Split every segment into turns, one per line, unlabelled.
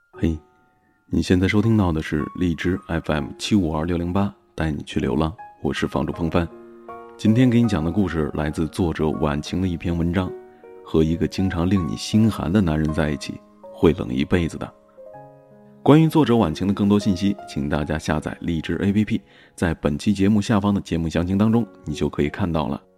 嘿，你现在收听到的是荔枝 FM752608，带你去流浪，我是房主风帆。今天给你讲的故事来自作者晚晴的一篇文章，和一个经常令你心寒的男人在一起，会冷一辈子的。关于作者晚晴的更多信息，请大家下载荔枝 APP， 在本期节目下方的节目详情当中，你就可以看到了。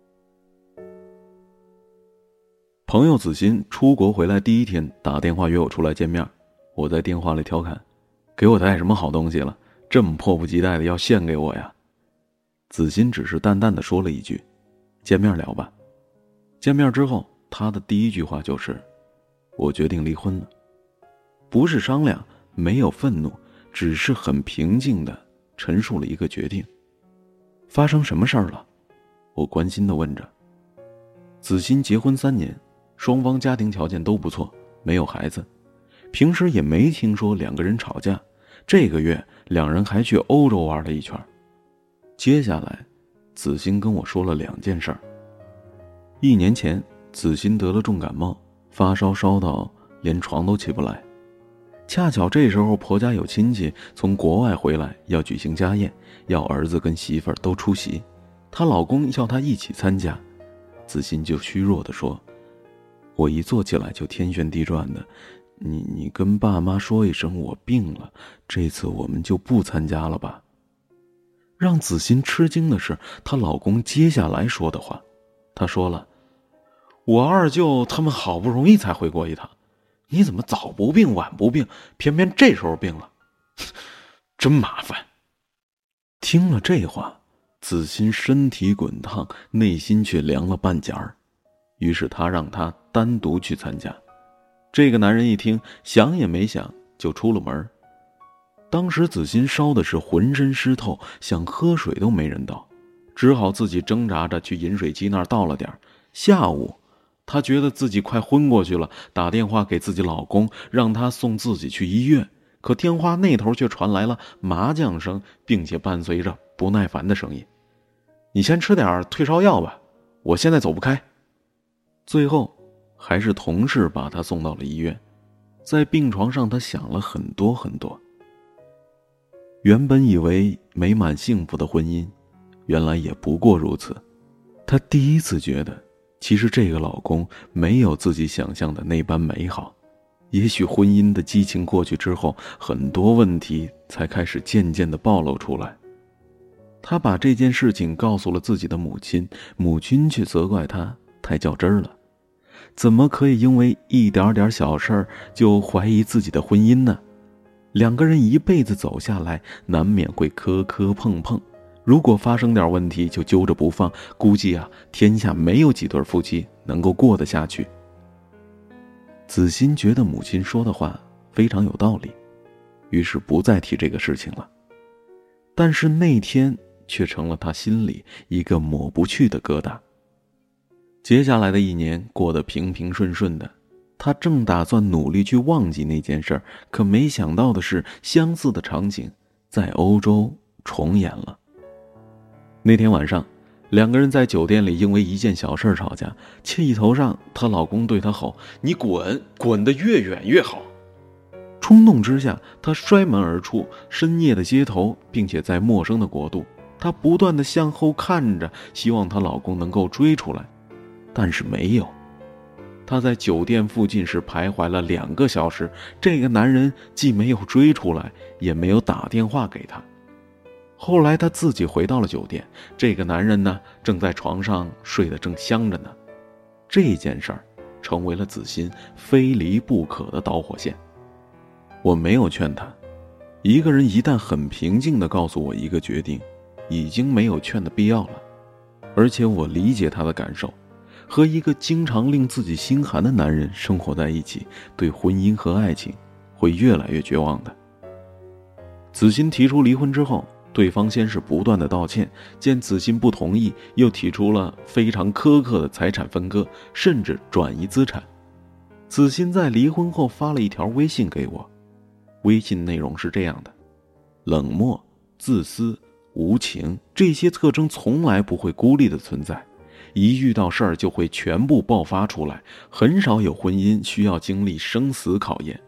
朋友子欣出国回来第一天打电话约我出来见面，我在电话里调侃，给我带什么好东西了，这么迫不及待的要献给我呀。子欣只是淡淡的说了一句，见面聊吧。见面之后，他的第一句话就是，我决定离婚了。不是商量，没有愤怒，只是很平静的陈述了一个决定。发生什么事儿了？我关心的问着。子欣结婚3年，双方家庭条件都不错，没有孩子，平时也没听说两个人吵架。这个月两人还去欧洲玩了一圈。接下来子欣跟我说了2件事儿。1年前子欣得了重感冒，发烧烧到连床都起不来，恰巧这时候婆家有亲戚从国外回来，要举行家宴，要儿子跟媳妇儿都出席，她老公要她一起参加。子欣就虚弱地说，我一坐起来就天旋地转的，你跟爸妈说一声我病了，这次我们就不参加了吧。让子欣吃惊的是她老公接下来说的话。他说了，我二舅他们好不容易才回国一趟，你怎么早不病晚不病，偏偏这时候病了，真麻烦。听了这话，子欣身体滚烫，内心却凉了半截儿。于是他让他单独去参加。这个男人一听，想也没想就出了门。当时子欣烧的是浑身湿透，想喝水都没人倒，只好自己挣扎着去饮水机那儿倒了点。下午她觉得自己快昏过去了，打电话给自己老公，让他送自己去医院。可电话那头却传来了麻将声，并且伴随着不耐烦的声音，你先吃点退烧药吧，我现在走不开。最后还是同事把他送到了医院。在病床上，他想了很多很多。原本以为美满幸福的婚姻，原来也不过如此。她第一次觉得，其实这个老公没有自己想象的那般美好。也许婚姻的激情过去之后，很多问题才开始渐渐地暴露出来。她把这件事情告诉了自己的母亲，母亲却责怪她太较真了，怎么可以因为一点点小事就怀疑自己的婚姻呢？两个人一辈子走下来，难免会磕磕碰碰，如果发生点问题就揪着不放，估计天下没有几对夫妻能够过得下去。子欣觉得母亲说的话非常有道理，于是不再提这个事情了。但是那天却成了他心里一个抹不去的疙瘩。接下来的1年过得平平顺顺的，他正打算努力去忘记那件事，可没想到的是，相似的场景在欧洲重演了。那天晚上，两个人在酒店里因为一件小事吵架，气头上，她老公对她吼，你滚，滚得越远越好。冲动之下，她摔门而出，深夜的街头，并且在陌生的国度，她不断地向后看着，希望她老公能够追出来，但是没有。她在酒店附近时徘徊了2个小时，这个男人既没有追出来，也没有打电话给她。后来她自己回到了酒店，这个男人呢，正在床上睡得正香着呢。这件事儿成为了子欣非离不可的导火线。我没有劝她，一个人一旦很平静地告诉我一个决定，已经没有劝的必要了。而且我理解她的感受，和一个经常令自己心寒的男人生活在一起，对婚姻和爱情会越来越绝望的。子欣提出离婚之后，对方先是不断的道歉，见子欣不同意，又提出了非常苛刻的财产分割，甚至转移资产。子欣在离婚后发了一条微信给我，微信内容是这样的，冷漠、自私、无情，这些特征从来不会孤立的存在，一遇到事儿就会全部爆发出来，很少有婚姻需要经历生死考验。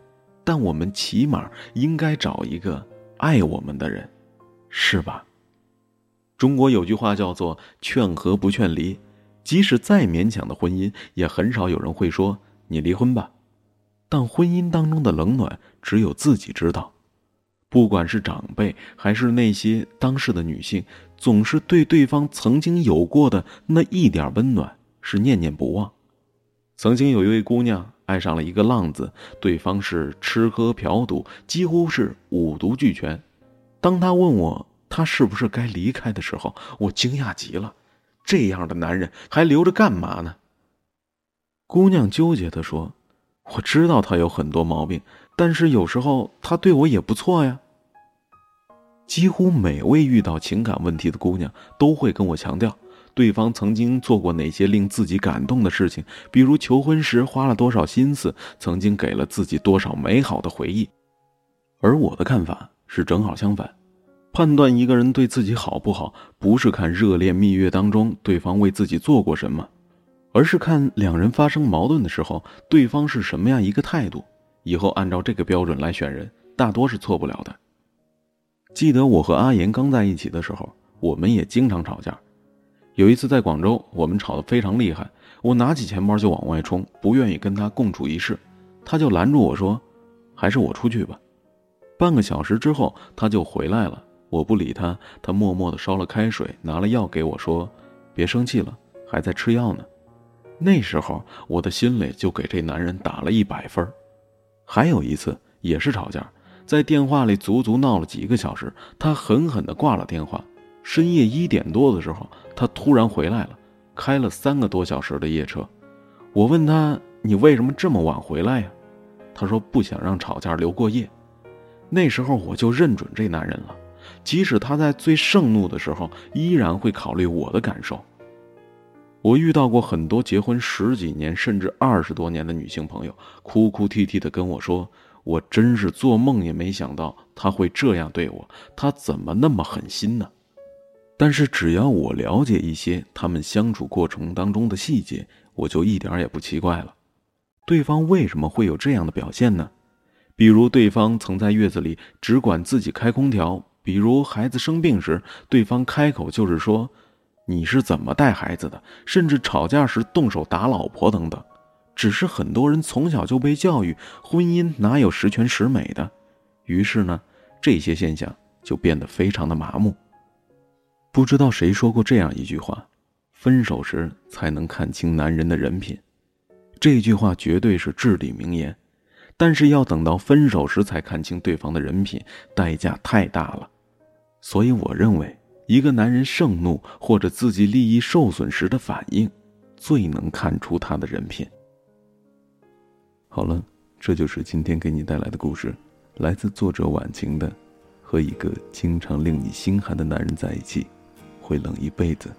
但我们起码应该找一个爱我们的人，是吧？中国有句话叫做劝和不劝离，即使再勉强的婚姻，也很少有人会说你离婚吧。但婚姻当中的冷暖，只有自己知道。不管是长辈还是那些当事的女性，总是对对方曾经有过的那一点温暖是念念不忘。曾经有一位姑娘爱上了一个浪子，对方是吃喝嫖赌，几乎是五毒俱全。当她问我他是不是该离开的时候，我惊讶极了，这样的男人还留着干嘛呢？姑娘纠结地说，我知道他有很多毛病，但是有时候他对我也不错呀。几乎每位遇到情感问题的姑娘都会跟我强调，对方曾经做过哪些令自己感动的事情，比如求婚时花了多少心思，曾经给了自己多少美好的回忆。而我的看法是正好相反，判断一个人对自己好不好，不是看热恋蜜月当中对方为自己做过什么，而是看两人发生矛盾的时候，对方是什么样一个态度。以后按照这个标准来选人，大多是错不了的。记得我和阿言刚在一起的时候，我们也经常吵架。有一次在广州，我们吵得非常厉害，我拿起钱包就往外冲，不愿意跟他共处一室，他就拦住我说，还是我出去吧。半个小时之后他就回来了，我不理他，他默默地烧了开水，拿了药给我说，别生气了，还在吃药呢。那时候我的心里就给这男人打了100分。还有一次也是吵架，在电话里足足闹了几个小时，他狠狠地挂了电话。深夜1点多的时候，他突然回来了，开了3个多小时的夜车。我问他，你为什么这么晚回来呀？他说不想让吵架留过夜。那时候我就认准这男人了，即使他在最盛怒的时候，依然会考虑我的感受。我遇到过很多结婚10几年甚至20多年的女性朋友，哭哭啼啼地跟我说，我真是做梦也没想到他会这样对我，他怎么那么狠心呢？但是只要我了解一些他们相处过程当中的细节，我就一点也不奇怪了。对方为什么会有这样的表现呢？比如对方曾在月子里只管自己开空调，比如孩子生病时，对方开口就是说，你是怎么带孩子的，甚至吵架时动手打老婆等等。只是很多人从小就被教育，婚姻哪有十全十美的，于是呢，这些现象就变得非常的麻木。不知道谁说过这样一句话，分手时才能看清男人的人品。这句话绝对是至理名言，但是要等到分手时才看清对方的人品，代价太大了。所以我认为，一个男人盛怒或者自己利益受损时的反应，最能看出他的人品。好了，这就是今天给你带来的故事，来自作者晚晴的，和一个经常令你心寒的男人在一起，会冷一辈子。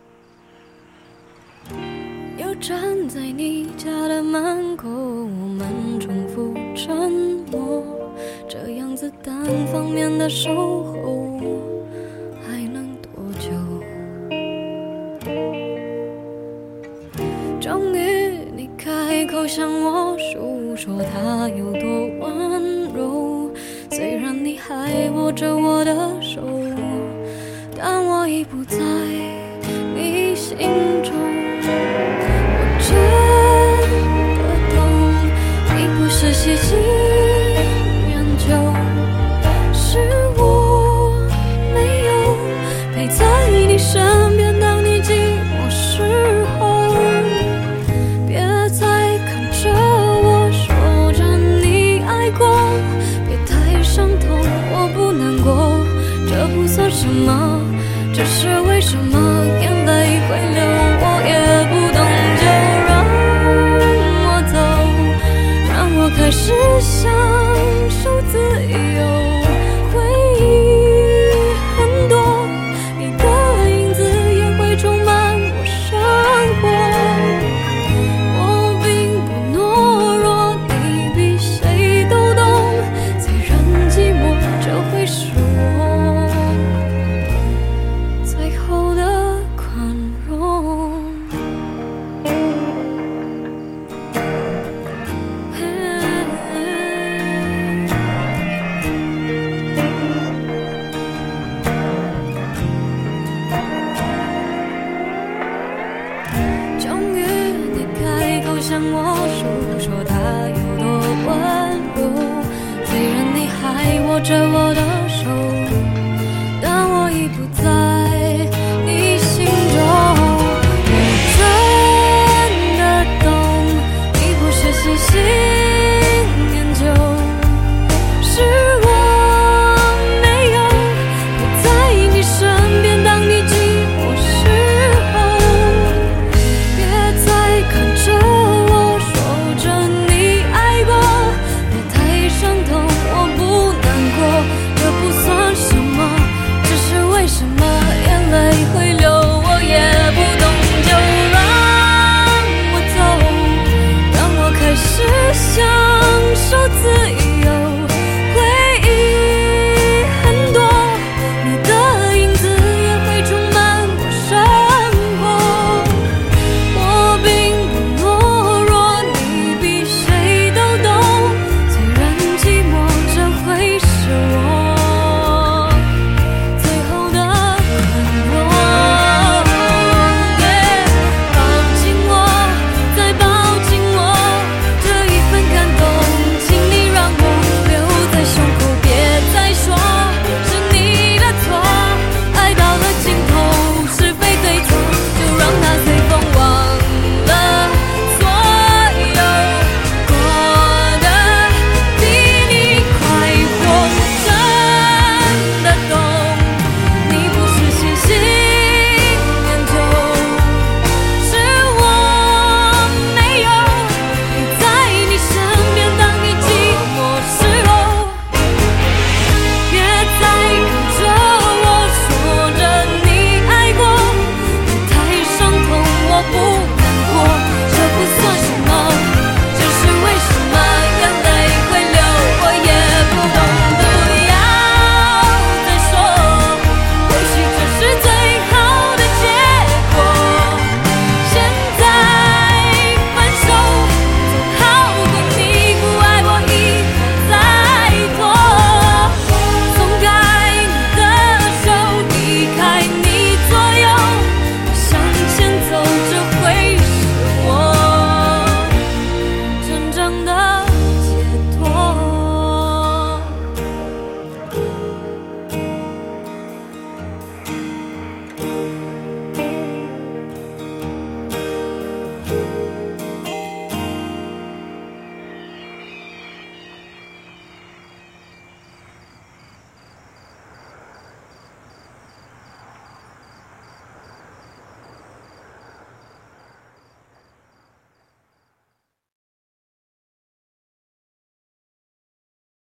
又站在你家的门口，我们重复沉默，这样子单方面的守候还能多久？终于你开口向我诉说他有多温柔，虽然你还握着我的手，但我已不在你心中。我真的懂，你不是喜新厌旧，是我没有陪在你身边，当你寂寞时候，别再看着我说着你爱过，别太伤痛，我不难过，这不算什么，只是为什么眼泪会流？ 向我诉说他有多温柔。虽然你还握着我的